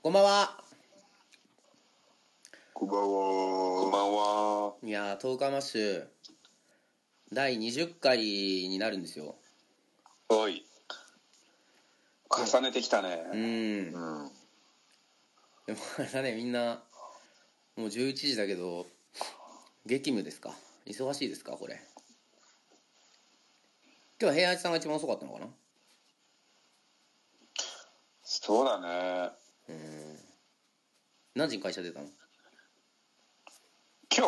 こんばんは。 こんばんは。こんばんは。 いやー、トーカーマッシュ第20回になるんですよ。 おい。重ねてきたね。 でもあれだね、みんなもう11時だけど激務ですか？忙しいですか？これ今日は平八さんが一番遅かったのかな？ そうだね。 何時に会社出たの？ 今日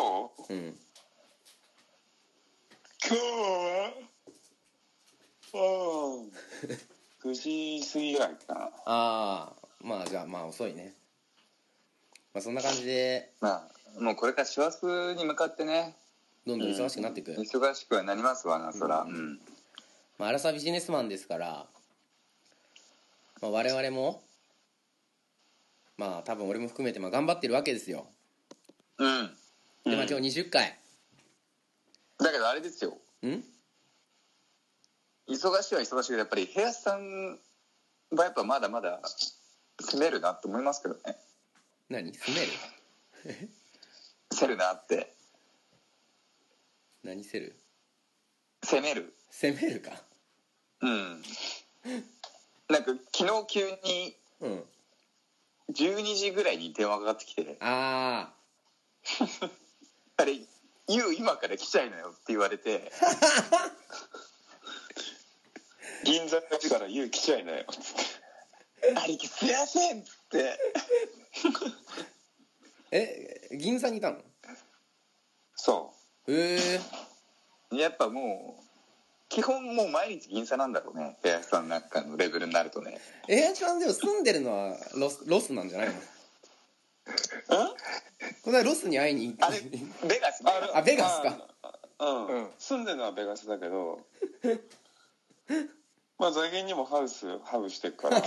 は9時過ぎぐらいかな。 ああ、まあじゃあまあ遅いね。まあそんな感じでまあもうこれから師走に向かってね、 どんどん忙しくなっていく。 忙しくはなりますわな、そら。 まあアラサービジネスマンですから、まあ、我々もまあ多分俺も含めてまあ頑張ってるわけですよ。でまあ今日20回。 だけどあれですよ。 忙しいは忙しいけどやっぱり平安さんはやっぱまだまだ攻めるなって思いますけどね。 何？攻める？ せるなって。 何せる？ 攻める。 攻めるか。 なんか昨日急に12時ぐらいに電話かかってきて、 あれユウ今から来ちゃいなよって言われて銀座からユウ来ちゃいなよっつって兄貴すいませんっつって銀座にいたの？ そうやっぱもう基本もう毎日銀座なんだろうね、平安さんなんかのレベルになるとね。 平八さんでも住んでるのはロスなんじゃないの？この間ロスに会いに行ってあれベガスベガスか。 住んでるのはベガスだけどまあ座銀にもハウしてるから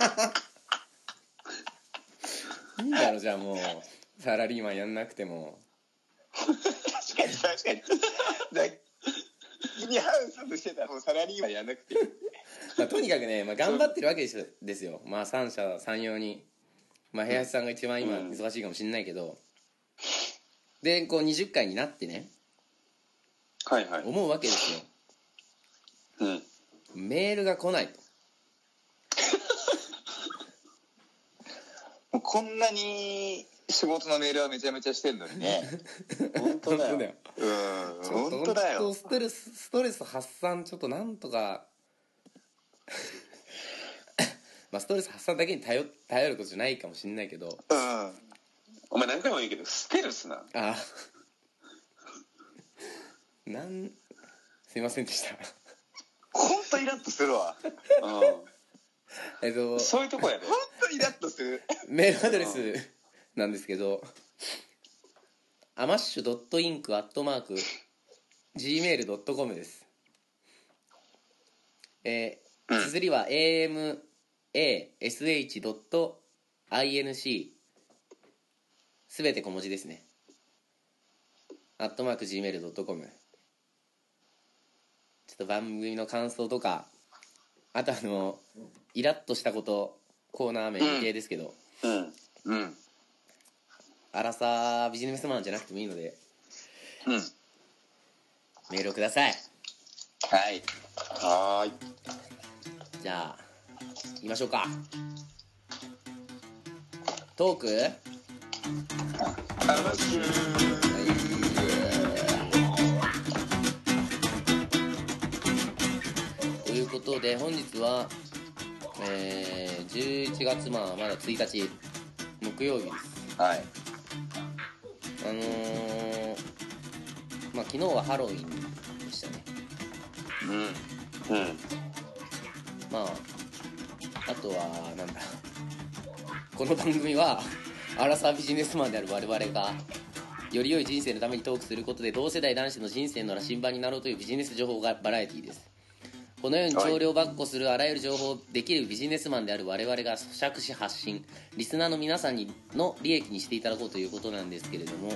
いいだろじゃあもうサラリーマンやんなくても。 確かに座銀にハウスしてたらもうサラリーマンやんなくていいまあ、とにかくね、まあ、頑張ってるわけですよ。まあ三者三様に。まあ平八さんが一番今忙しいかもしれないけど、でこう20回になってね、 はいはい、 思うわけですよ。メールが来ないと。 もうこんなに仕事のメールはめちゃめちゃしてんのにね。本当だよ。本当だよ。 ストレス発散ちょっとなんとかまあストレス発散だけに頼ることじゃないかもしれないけど、 お前何回も言うけどステルスな。 すいませんでした。 本当イラッとするわ。 そういうとこやで。 本当イラッとする。 メールアドレスなんですけど、amash.inc@gmail.com です。綴りは amash.inc すべて小文字ですね。@gmail.com。ちょっと番組の感想とか、あとイラッとしたことコーナー名未定ですけど、アラサービジネスマンじゃなくてもいいので、メールをください。 はい。 じゃあ言いましょうか。トークということで本日は、11月まだ1日木曜日です。まあ昨日はハロウィンでしたね。まああとはなんだ、この番組はアラサービジネスマンである我々がより良い人生のためにトークすることで同世代男子の人生の羅針盤になろうというビジネス情報バラエティです。このように潮流ばっこするあらゆる情報をできるビジネスマンである我々が咀嚼し発信、リスナーの皆さんの利益にしていただこうということなんですけれども、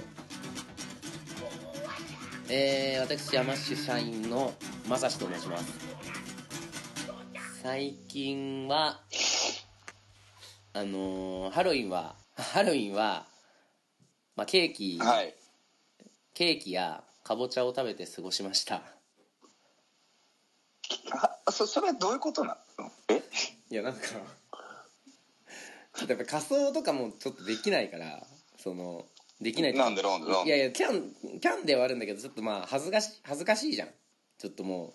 私アマッシュ社員のまさしと申します。最近はハロウィンは、まあ、ケーキやかぼちゃを食べて過ごしました。 それはどういうことなの？ いやなんかちょっとやっぱ仮装とかもちょっとできないから、できないと。 なんでいやキャンではあるんだけど、ちょっとまあ恥ずかしいじゃん。ちょっとも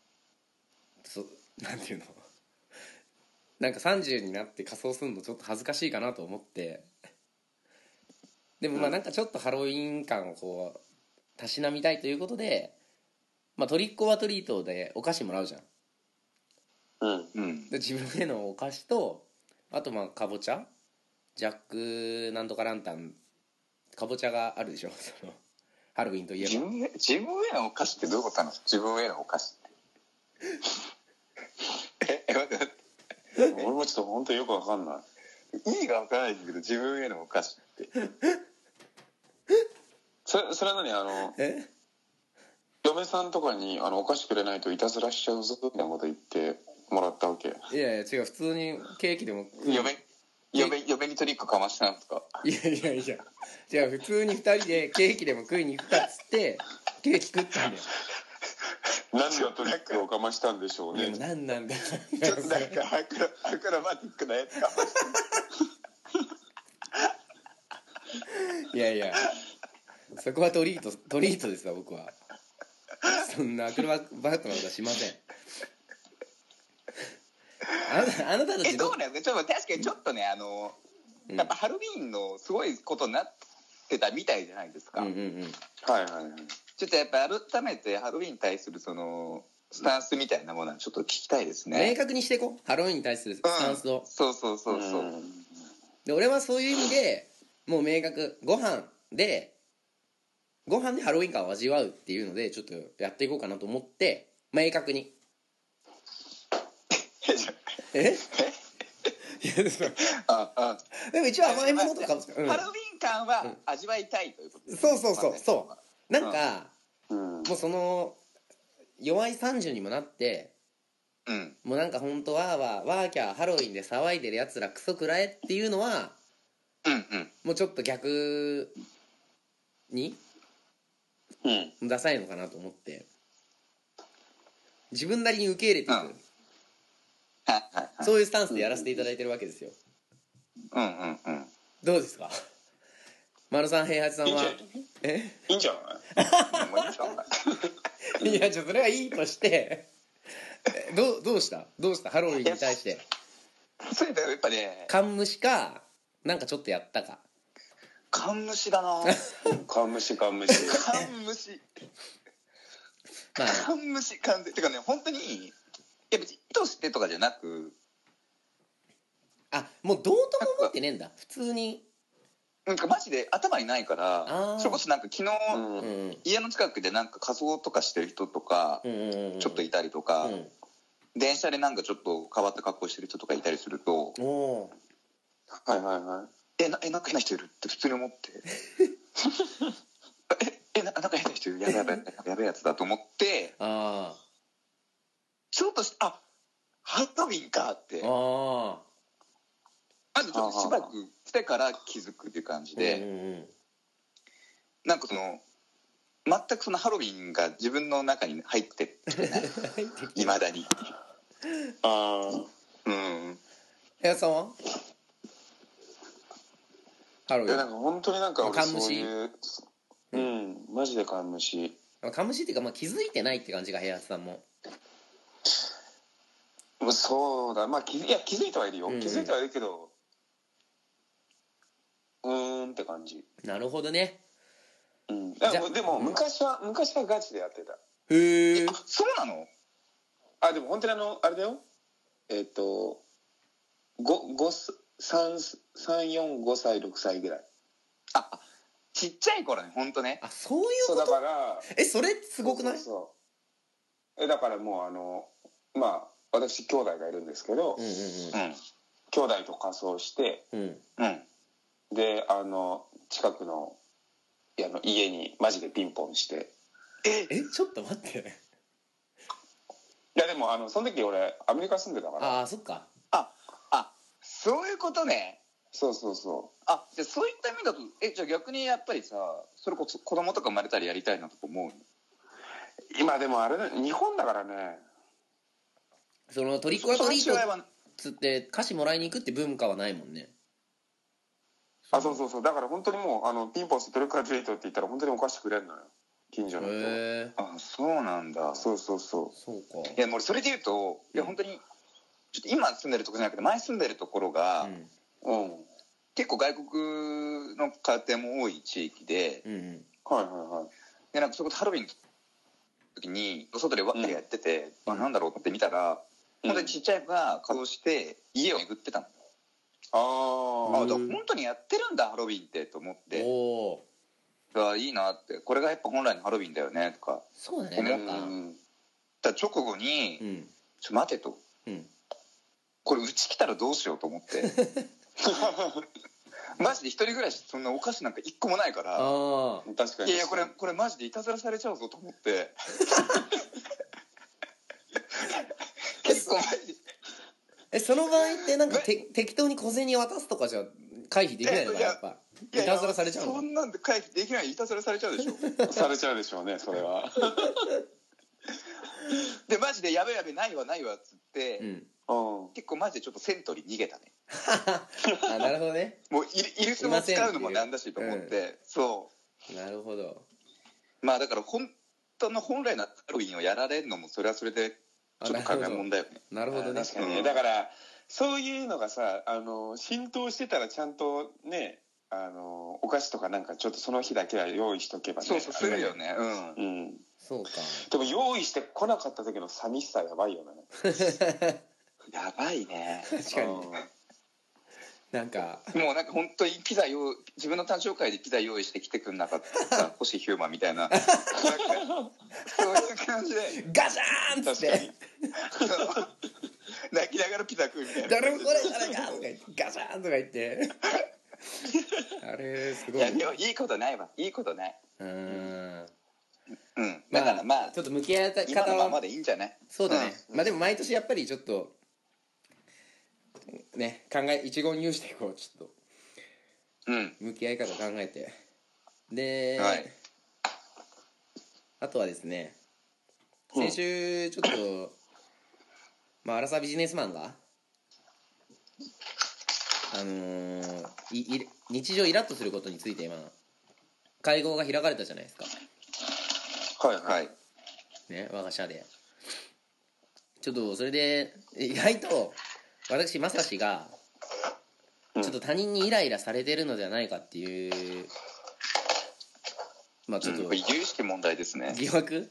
うなんていうのなんか30になって仮装するのちょっと恥ずかしいかなと思って、でもまあなんかちょっとハロウィン感をこうたしなみたいということで、まあトリックオアトリートでお菓子もらうじゃん。で自分へのお菓子と、あとまあかぼちゃ、ジャックなんとかランタン、かぼちゃがあるでしょハロウィンといえば。 自分へのお菓子ってどういうことなの？自分へのお菓子って俺もちょっと本当によくわかんない。 意味がわからないんだけど、自分へのお菓子ってそれは何嫁さんとかにお菓子くれないといたずらしちゃうぞみたいなこと言ってもらったわけ？ いやいや違う、普通にケーキでも嫁にトリックかましたんとか。 いや違う、普通に2人でケーキでも食いに行くかっつってケーキ食ったんだよ。 何のトリックをかましたんでしょうね。 でも何なんだよちょっとなんかアクロバティックなやつかましていやそこはトリートですわ。僕はそんなアクロバットなことはしません。あなたたちどうね、ちょっと確かにちょっとね、やっぱハロウィーンのすごいことになってたみたいじゃないですか。 はい。 ちょっとやっぱ改めてハロウィーンに対するそのスタンスみたいなものはちょっと聞きたいですね。 明確にしていこう、ハロウィーンに対するスタンスを。 そう。 で俺はそういう意味でもう明確、ご飯でハロウィン感を味わうっていうのでちょっとやっていこうかなと思って、明確にいやでも一応甘いものとかも、 ハロウィン感は味わいたいということです、 そうなんか、もうその弱い30にもなって、もうなんか本当ワーキャーハロウィンで騒いでるやつらクソくらえっていうのは、もうちょっと逆に、ダサいのかなと思って自分なりに受け入れていく、そういうスタンスでやらせていただいてるわけですよ。どうですか丸さん、平八さんは。 いいんじゃないいやそれはいいとしてどうしたハロウィンに対して。 それでやっぱね、 カンムシかなんかちょっとやったか。 カンムシだなカンムシカンムシ完全てかね、本当にいや別に意図してとかじゃなく、 もうどうとも思ってねえんだ、普通に。 なんかマジで頭にないから、それこそなんか昨日、家の近くでなんか仮装とかしてる人とかちょっといたりとか、電車でなんかちょっと変わった格好してる人とかいたりすると、なんか変な人いるって普通に思ってなんか変な人いる、やべえやつだと思って、ちょっとハロウィンかってちょっとしばらくしてから気づくっていう感じで、なんかその全くそのハロウィンが自分の中に入ってってないいまだに。 部屋さんはハロウィン？ なんか本当になんか俺そういうマジでカンムシっていうか、まあ気づいてないって感じが、部屋さんも。 そうだ、まあ気づいてはいるよ、気づいてはいるけどって感じ。 なるほどね。 でも昔はガチでやってた。 へえ。 そうなの？ でも本当にあれだよ、345歳6歳ぐらい。 ちっちゃい頃ね、本当ね。 そういうこと。 そうだからそれすごくない？ だからもうまあ私兄弟がいるんですけど、兄弟と仮装して、で近くの家にマジでピンポンして。 ちょっと待って。 いやでもその時俺アメリカ住んでたから。 そっか。 そういうことね。 そうそうそう。 あ、じゃあそういった意味だとじゃあ逆にやっぱりさ、それこそ子供とか生まれたらやりたいなとか思う？ 今でもあれだ、日本だからね。 そのトリックはトリートつって菓子もらいに行くって文化はないもんね。 あ、そうそうそう。だから本当にもうピンポンしてトリックはトリートって言ったら本当にお菓子くれるのよ、近所の人。 あ、そうなんだ。 そうそうそう。 そうか。 いやもうそれで言うと、いや本当にちょっと今住んでるとこじゃなくて前住んでるところが、結構外国の家庭も多い地域で、 はいはいはい。 でなんかそこでハロウィンの時に外でワッキャやってて、なんだろうって見たら、本当にちっちゃい子が稼働して家を巡ってたの。だから本当にやってるんだハロウィンってと思って、いいなって、これがやっぱ本来のハロウィンだよねとかそうだね、 思った直後に、ちょ待てと、これうち来たらどうしようと思ってマジで一人暮らしそんなお菓子なんか一個もないから、 確かに、 いやこれマジでいたずらされちゃうぞと思って結構マジでその場合ってなんか適当に小銭渡すとかじゃ回避できないのか、やっぱいたずらされちゃうの？ そんなんで回避できない、いたずらされちゃうでしょされちゃうでしょうね、それはでマジでやべやべないわっつって、結構マジでちょっとセントリー逃げたねあ、なるほどね。 もうイルスも使うのもなんだしと思って、そう、 なるほど。 まあだから本当の本来のハロウィンをやられるのもそれはそれでちょっと考え問題よね。 なるほどね。 確かにね。だからそういうのがさ、浸透してたらちゃんとね、お菓子とかなんかちょっとその日だけは用意しとけばね。 そうするよね。 そうか。 でも用意してこなかった時の寂しさやばいよね。 やばいね。 確かに。なんかもうなんか本当に自分の誕生会でピザ用意して来てくんなかった星ヒューマンみたいなそういう感じでガシャーンっつって泣きながらピザ食うみたいな、 誰もこれじゃないかとか言ってガシャーンとか言ってあれすごい。 いやでもいいことないわ、いいことない。だからまあちょっと向き合い方は今のままでいいんじゃない？ そうだね。まあでも毎年やっぱりちょっとね、一言入していこう、ちょっと向き合い方考えて、で、あとはですね、先週ちょっとアラサービジネスマンが日常イラッとすることについて会合が開かれたじゃないですか。 はいね、我が社でちょっとそれで意外と私まさしがちょっと他人にイライラされてるのではないかっていうちょっと有識問題ですね、 疑惑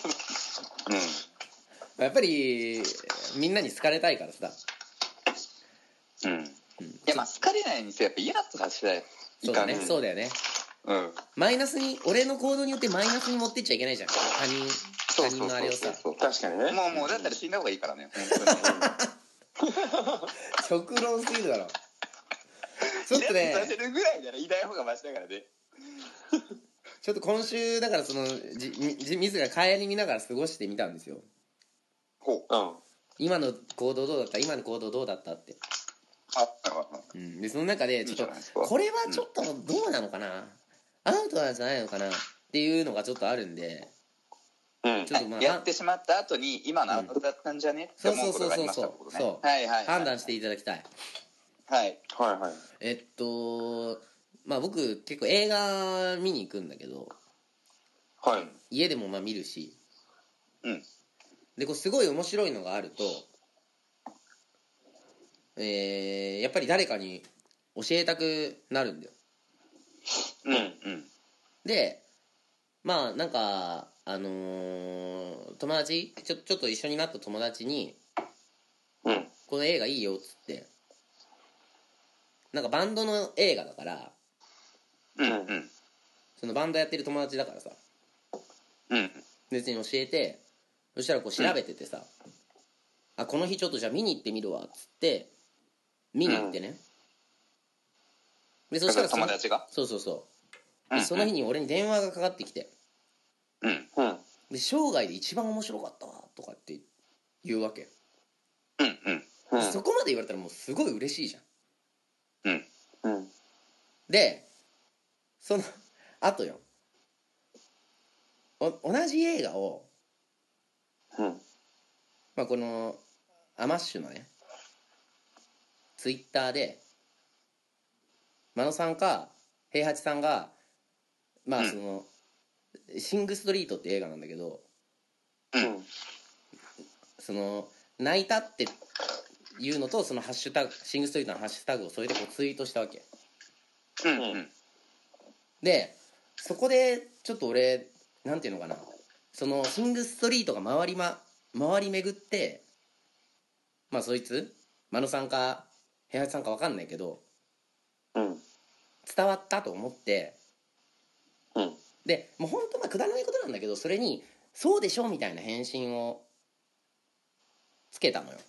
やっぱりみんなに好かれたいからさ、 いや好かれないようにやっぱイラッとさせないいかんね。そうだよね。マイナスに俺の行動によってマイナスに持ってっちゃいけないじゃん、他人のあれをさ。 確かにね。 もうだったら死んだ方がいいからね極論すぎるだろ。ちょっとね、 イラッとさせるぐらいならいない方がマシだからねちょっと今週だからその自ら顧みながら過ごしてみたんですよ。今の行動どうだった、今の行動どうだったって。でその中でちょっとこれはちょっとどうなのかな、アウトなんじゃないのかなっていうのがちょっとあるんで、 ちょっとやってしまった後に今のアウトだったんじゃねって思うことがありましたってことね。そう判断していただきたい。僕結構映画見に行くんだけど、家でも見るし、でこうすごい面白いのがあると、やっぱり誰かに教えたくなるんだよ。でなんか友達ちょっと一緒になった友達に、この映画いいよっつって、なんかバンドの映画だから、そのバンドやってる友達だからさ、別に教えて、そしたらこう調べててさ、この日ちょっとじゃあ見に行ってみるわっつって見に行ってね、でそしたら友達がそうでその日に俺に電話がかかってきて、で生涯で一番面白かったわとかって言うわけ。そこまで言われたらもうすごい嬉しいじゃん。 でその後よ、同じ映画を、まあ、このアマッシュのねツイッターで真野さんか平八さんがまあその、シングストリートって映画なんだけど、その泣いたっていうのとそのハッシュタグシングストリートのハッシュタグをそれでこうツイートしたわけ、でそこでちょっと俺なんていうのかな、そのシングストリートが回り巡って、まあそいつ真野さんか平八さんか分かんないけど、伝わったと思って、でもう本当まあくだらないことなんだけど、それにそうでしょみたいな返信をつけたのよ。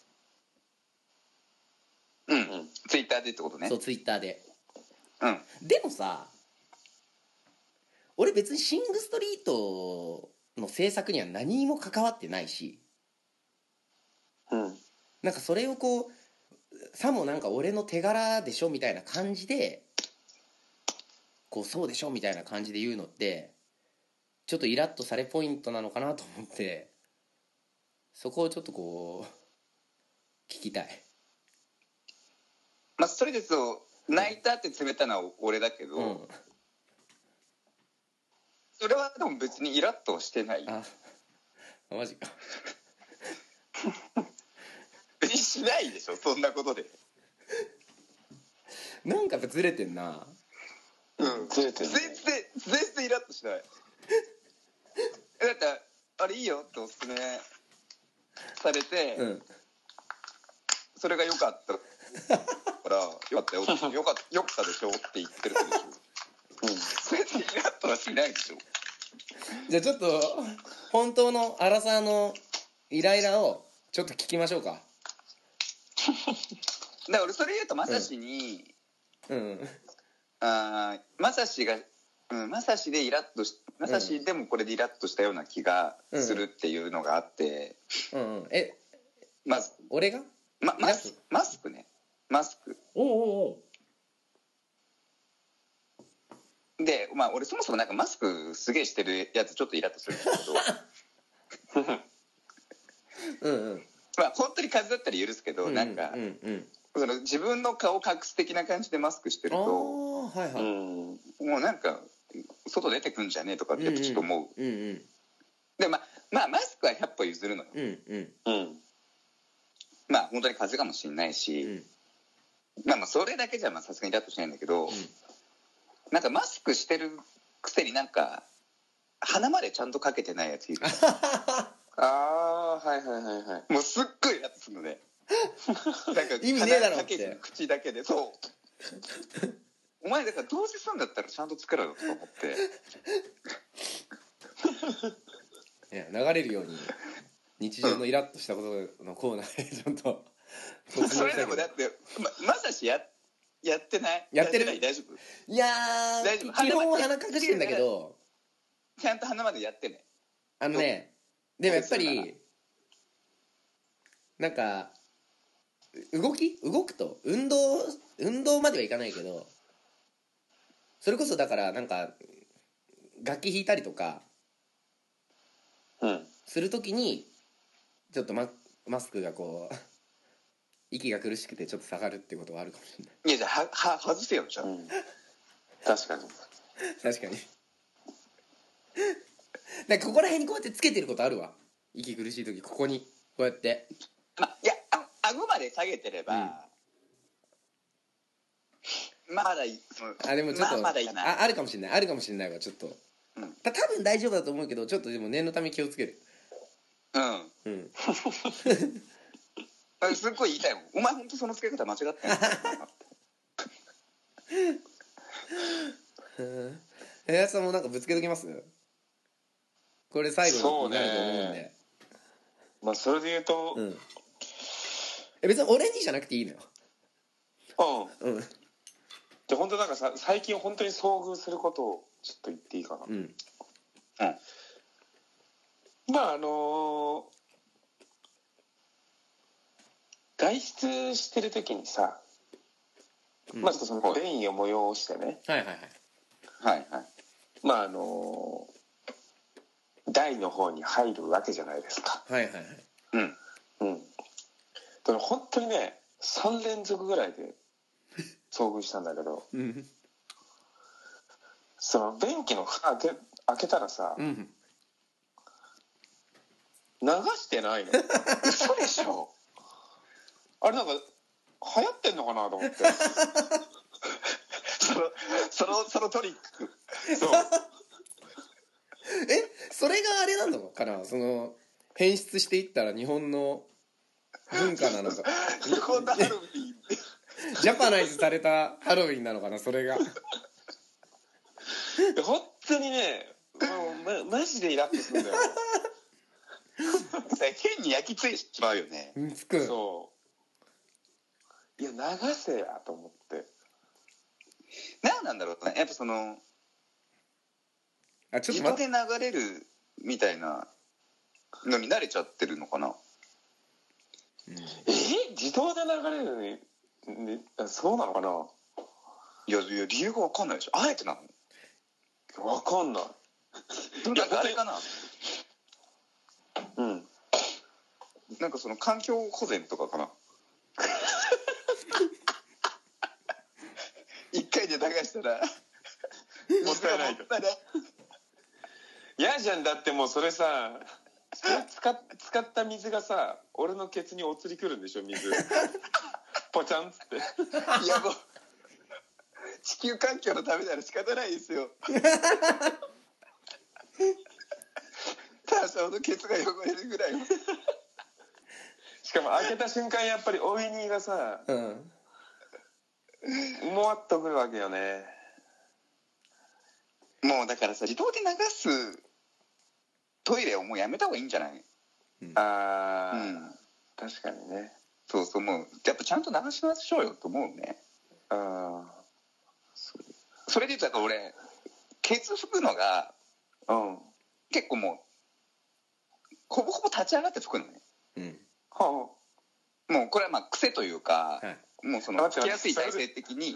ツイッターでってことね。 そうツイッターで。でもさ、俺別にシングストリートの制作には何も関わってないし、なんかそれをこうさもなんか俺の手柄でしょみたいな感じでこうそうでしょみたいな感じで言うのってちょっとイラッとされポイントなのかなと思って、そこをちょっとこう聞きたい。 まあそれでそう泣いたって詰めたのは俺だけど、それはでも別にイラッとしてない。 あ、マジか。 別にしないでしょそんなことで。 なんかやっぱずれてんな。 ずれてる、ね、全然イラッとしない。だってあれいいよっておすすめされて、それが良かったから良かったよ良かったでしょって言ってるでしょ。別にイラッとはしないでしょ。 じゃあちょっと本当のアラサーのイライラをちょっと聞きましょうか。 だから俺それ言うとまさしに、まさしが、まさしでイラッとし、まさしでもこれでイラッとしたような気がするっていうのがあって、まず俺がマスクね、マスク。で、まあ俺そもそもなんかマスクすげえしてるやつちょっとイラッとするんだけど、まあ本当に風邪だったら許すけど、なんか、その自分の顔隠す的な感じでマスクしてると、もうなんか外出てくんじゃねえとかってやっぱちょっと思う。でまあマスクは100歩譲るのよ。まあ本当に風邪かもしれないし、まあそれだけじゃさすがにイラッとしないんだけど、なんかマスクしてるくせになんか鼻までちゃんとかけてないやついる。もうすっごいイラッとするのね。なんか意味ねえだろって。 口だけで、そう。お前だからどうせすんだったらちゃんと作ろうよとか思って。 いや流れるように日常のイラッとしたことのコーナーでちょっと。 それでもだってまさしやってない？ やってる？ 大丈夫？ いやー大丈夫。基本鼻隠してんだけど。 ちゃんと鼻までやってね。 でもやっぱりなんか動くと運動まではいかないけど、それこそだからなんか楽器弾いたりとかするときにちょっとマスクがこう息が苦しくてちょっと下がるってことはあるかもしれない。 いやじゃあ外せよじゃあ、確かにだからここら辺にこうやってつけてることあるわ。息苦しい時ここにこうやって、 いや顎まで下げてれば、まだいい。 でもちょっと、 まだいいな。 あるかもしれないわちょっと、多分大丈夫だと思うけどちょっとでも念のため気をつける。 すっごい言いたいもん。お前本当そのつけ方間違ってない。 部屋さんもなんかぶつけときます？これ最後になると思うんで。 まあそれで言うと、 別に俺にじゃなくていいのよ。 で本当なんか最近本当に遭遇することをちょっと言っていいかな。まあ外出してる時にさ、 まずその便意を催してね、 はいはいはいはいはい、 まあ台の方に入るわけじゃないですか。 はいはいはい、 うんうん。だから本当にね3連続ぐらいで遭遇したんだけど、その便器の蓋開けたらさ、流してないの。 嘘でしょ。 あれなんか流行ってんのかなと思ってそのトリック。そう。 それがあれなのかな、その変質していったら日本の文化なのか日本のハロウィンジャパナイズされたハロウィンなのかな、それが。 本当にね、マジでイラッとするんだよ。 変に焼き付いてしまうよね。 つく。 そう。いや流せやと思って。 何なんだろうね。やっぱその自動で流れるみたいなのに慣れちゃってるのかな。 自動で流れるのに、そうなのかな。 いや理由が分かんないでしょ。あえてなの。 分かんない。 なんかあれかな。 うん。 なんかその環境保全とかかな。一回で流したらもったいないと。嫌じゃん。だってもうそれさ、使った水がさ、俺のケツにお釣りくるんでしょ、水。ポチャンっつって。 いやもう地球環境のためなら仕方ないですよ。多少のケツが汚れるぐらい。 しかも開けた瞬間やっぱりおいにがさ、もわっとくるわけよね。 もうだからさ、自動で流すトイレをもうやめた方がいいんじゃない？ ああ、確かにね。 そうそう、もうやっぱちゃんと流しましょうよと思うね。それで言うと俺ケツ拭くのが、結構もうほぼほぼ立ち上がって拭くのね。もうこれはまあ癖というか、もうその拭きやすい体勢的に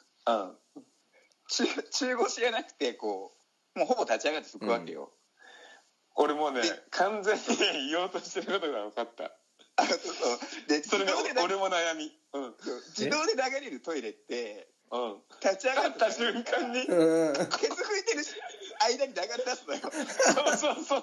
中腰じゃなくてこうもうほぼ立ち上がって拭くわけよ。 俺もうね完全に言おうとしてることが分かった。 でそれが俺も悩み。 自動で流れるトイレって立ち上がった瞬間にケツ拭いてる間に流れ出すのよ。 そう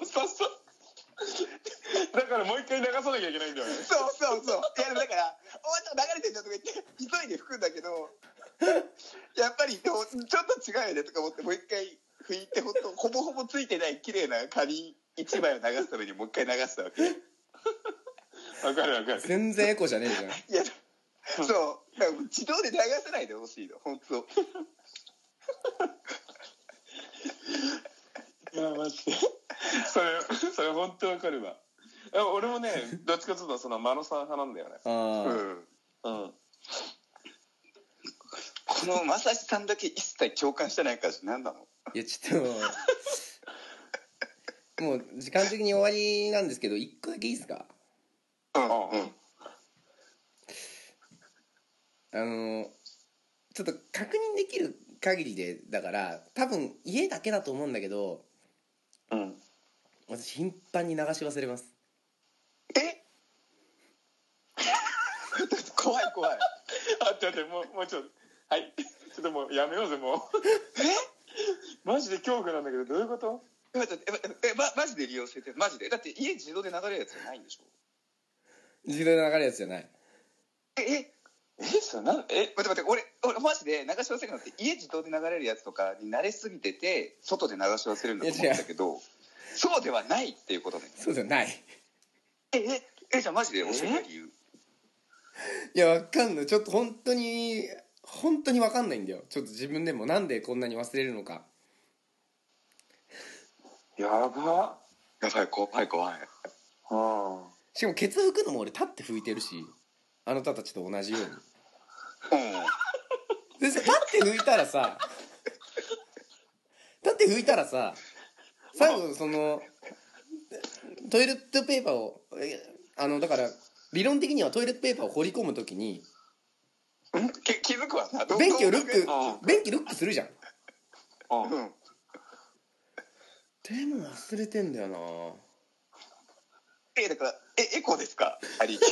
だからもう一回流さなきゃいけないんだよね。 そういやだから「お前流れてんじゃん」とか言って急いで拭くんだけど、やっぱりちょっと違うよねとか思ってもう一回拭いてほぼほぼついてない綺麗な紙一枚を流すためにもう一回流したわけ。 わかる。 全然エコじゃねえじゃん。 いやそうだから自動で流さないでほしいの本当。 いやマジでそれ本当わかるわ。俺もねどっちかというとそのマノさん派なんだよね。 このまさしさんだけ一切共感してないから何なの。 いやちょっともう時間的に終わりなんですけど一個だけいいですか。ちょっと確認できる限りでだから多分家だけだと思うんだけど、私頻繁に流し忘れます。 怖い待ってもうちょっとはいちょっともうやめようぜもう。マジで恐怖なんだけどどういうこと？ マジで利用しててマジでだって家自動で流れるやつじゃないんでしょ。 自動で流れるやつじゃない。 それ待って俺マジで流し忘れるのって家自動で流れるやつとかに慣れすぎてて外で流し忘れるんだと思うんだけどそうではないっていうことね。 そうじゃない。 じゃあマジで教えて理由。 いやわかんない。ちょっと本当にわかんないんだよ。ちょっと自分でもなんでこんなに忘れるのか。 やばい怖い。 しかもケツ拭くのも俺立って拭いてるし、あなたたちと同じように。で立って拭いたらさ最後そのトイレットペーパーをだから理論的にはトイレットペーパーを放り込むときに気づくわさ便器ルックするじゃん。 うん。 でも忘れてんだよな。 だからエコですかあり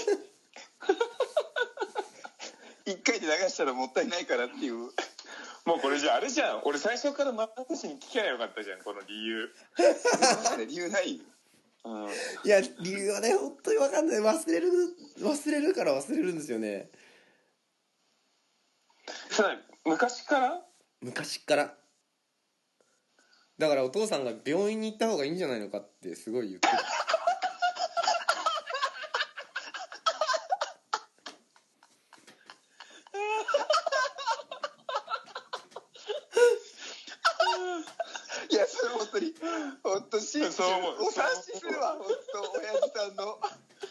一回で流したらもったいないからっていう。 もうこれじゃあれじゃん、俺最初からマッシに聞けばよかったじゃん、この理由。 理由ない。 いや理由はね本当に分かんない。忘れるから忘れるんですよね。 昔からだからお父さんが病院に行った方がいいんじゃないのかってすごい言ってた。 いやそれ本当真摯お察しするわ。本当親父さんの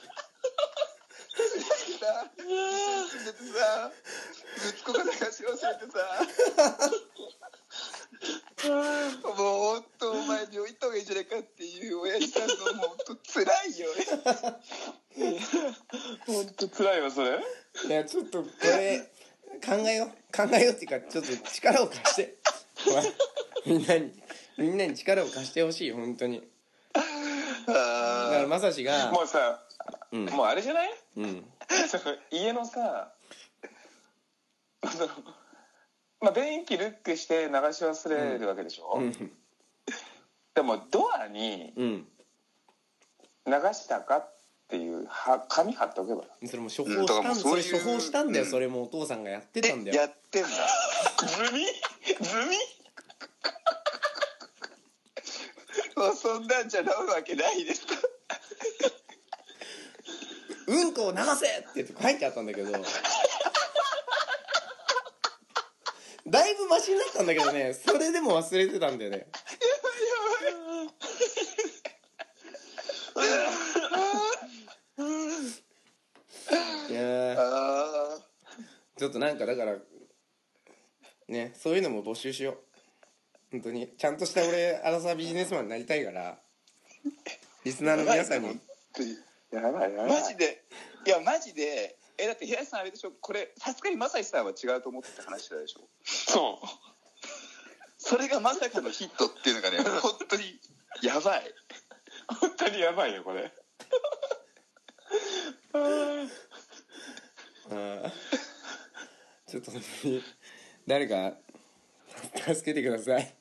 息子が流し忘れてさもう本当お前病院行った方がいいんじゃないかっていう親父さんのもう本当辛いよね。 本当辛いわそれ。 いやちょっとこれ考えようっていうかちょっと力を貸してみんなに力を貸してほしい本当に。だからまさしがもうさ、もうあれじゃない？家のさ便器ルックして流し忘れるわけでしょ、でもドアに流したかっていう紙貼っておけば。 それも処方したんだよ。それもお父さんがやってたんだよ。 やってんだズミもうそんなんじゃ治るわけないですか。 うんこを流せって書いてあったんだけどだいぶマシになったんだけどね、それでも忘れてたんだよね。いやちょっとなんかだからね、そういうのも募集しよう。本当にちゃんとした俺アラサービジネスマンになりたいからリスナーの皆さんにやばいマジでだって平井さんあれでしょ、これさすがに正志さんは違うと思って話してたでしょ。 そうそれがまさかのヒットっていうのがね本当にやばい。 本当にやばいよこれ。 ちょっと誰か助けてください。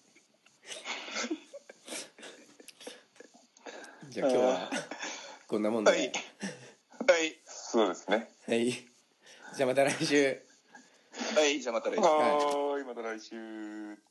じゃあ今日はこんなもんで。はいそうですね。 はい、じゃあまた来週。 はい、じゃあまた来週。 はい、また来週。